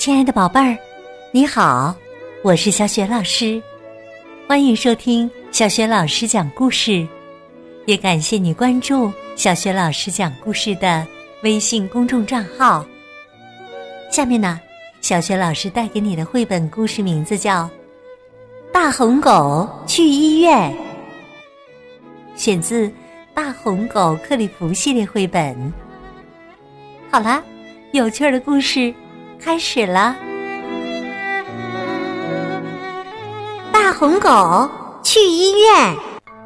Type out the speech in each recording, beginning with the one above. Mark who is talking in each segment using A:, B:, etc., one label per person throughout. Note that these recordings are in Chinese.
A: 亲爱的宝贝儿，你好，我是小雪老师，欢迎收听小雪老师讲故事，也感谢你关注小雪老师讲故事的微信公众账号。下面呢，小雪老师带给你的绘本故事名字叫《大红狗去医院》，选自《大红狗克里夫》系列绘本。好啦，有趣的故事开始了。大红狗去医院。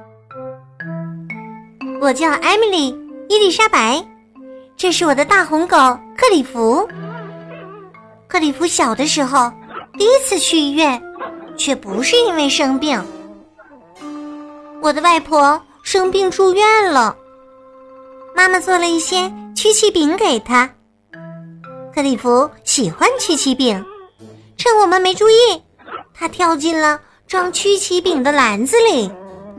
A: 我叫艾米丽·伊丽莎白，这是我的大红狗克里夫。克里夫小的时候第一次去医院，却不是因为生病。我的外婆生病住院了，妈妈做了一些曲奇饼给他。克里夫喜欢曲奇饼，趁我们没注意，他跳进了装曲奇饼的篮子里。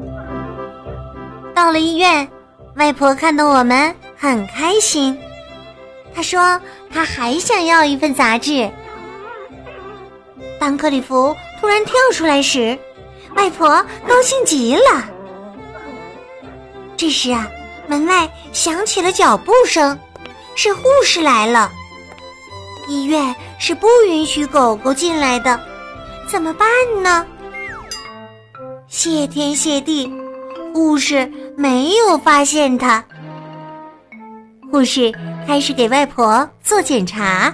A: 到了医院，外婆看到我们很开心，她说她还想要一份杂志。当克里夫突然跳出来时，外婆高兴极了。这时啊，门外响起了脚步声，是护士来了。医院是不允许狗狗进来的，怎么办呢？谢天谢地，护士没有发现它。护士开始给外婆做检查。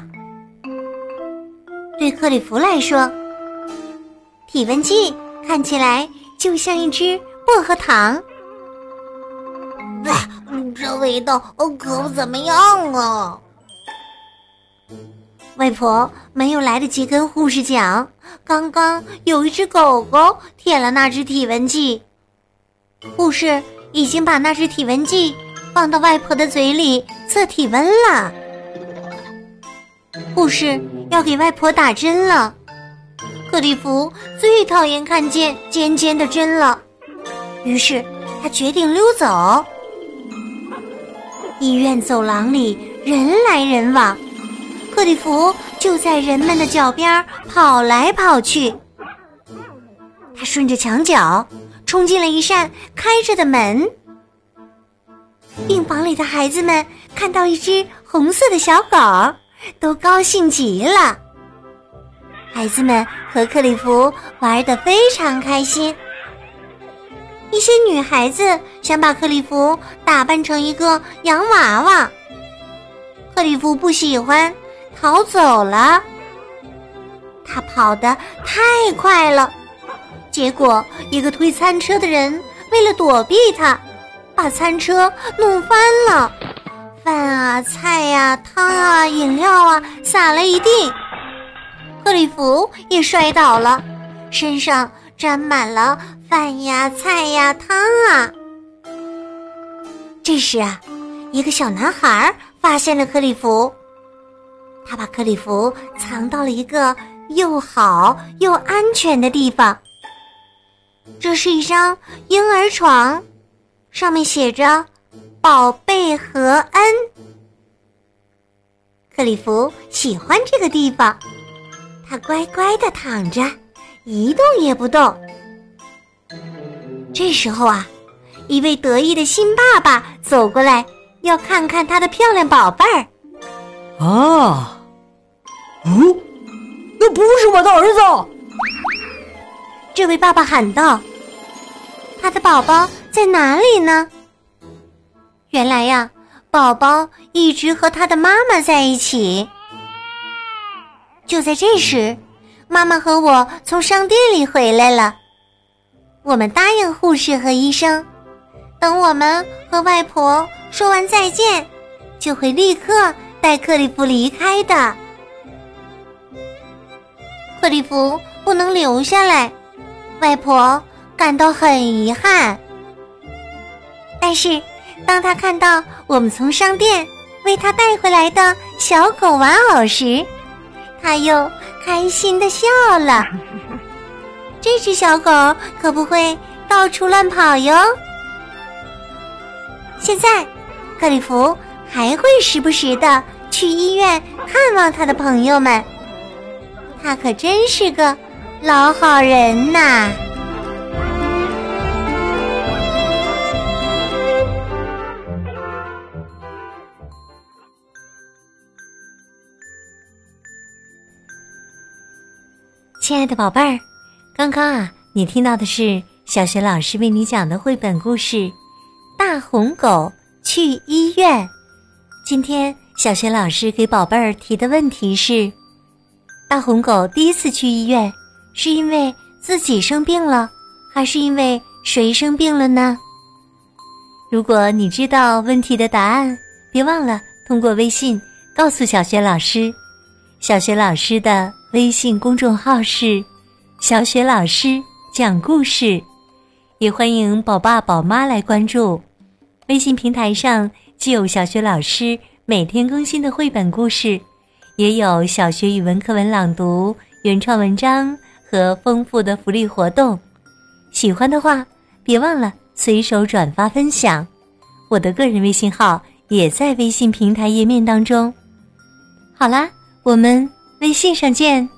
A: 对克里夫来说，体温计看起来就像一只薄荷糖。这味道可不怎么样啊！外婆没有来得及跟护士讲，刚刚有一只狗狗舔了那只体温计。护士已经把那只体温计放到外婆的嘴里测体温了。护士要给外婆打针了。克里夫最讨厌看见尖尖的针了，于是他决定溜走。医院走廊里人来人往，克里夫就在人们的脚边跑来跑去。他顺着墙角冲进了一扇开着的门。病房里的孩子们看到一只红色的小狗，都高兴极了。孩子们和克里夫玩得非常开心。一些女孩子想把克里夫打扮成一个洋娃娃，克里夫不喜欢，逃走了。他跑得太快了，结果一个推餐车的人为了躲避他，把餐车弄翻了，饭啊、菜啊、汤啊、饮料啊洒了一地。克里夫也摔倒了，身上沾满了饭呀、菜呀、汤啊。这时啊，一个小男孩发现了克里夫，他把克里夫藏到了一个又好又安全的地方。这是一张婴儿床，上面写着“宝贝和恩”。克里夫喜欢这个地方，他乖乖地躺着，一动也不动。这时候啊，一位得意的新爸爸走过来，要看看他的漂亮宝贝儿。
B: 那不是我的儿子！
A: 这位爸爸喊道：“他的宝宝在哪里呢？”原来呀，宝宝一直和他的妈妈在一起。就在这时，妈妈和我从商店里回来了。我们答应护士和医生，等我们和外婆说完再见，就会立刻带克里夫离开的。克里夫不能留下来，外婆感到很遗憾。但是当他看到我们从商店为他带回来的小狗玩偶时，他又开心地笑了。这只小狗可不会到处乱跑哟。现在克里夫还会时不时地去医院看望他的朋友们， 他可真是个老好人呐。亲爱的宝贝儿，刚刚你听到的是小学老师为你讲的绘本故事《大红狗去医院》。今天小学老师给宝贝儿提的问题是：大红狗第一次去医院，是因为自己生病了，还是因为谁生病了呢？如果你知道问题的答案，别忘了通过微信告诉小学老师。小学老师的微信公众号是小雪老师讲故事，也欢迎宝爸宝妈来关注。微信平台上既有小雪老师每天更新的绘本故事，也有小学语文课文朗读、原创文章和丰富的福利活动。喜欢的话，别忘了随手转发分享。我的个人微信号也在微信平台页面当中。好啦，我们微信上见。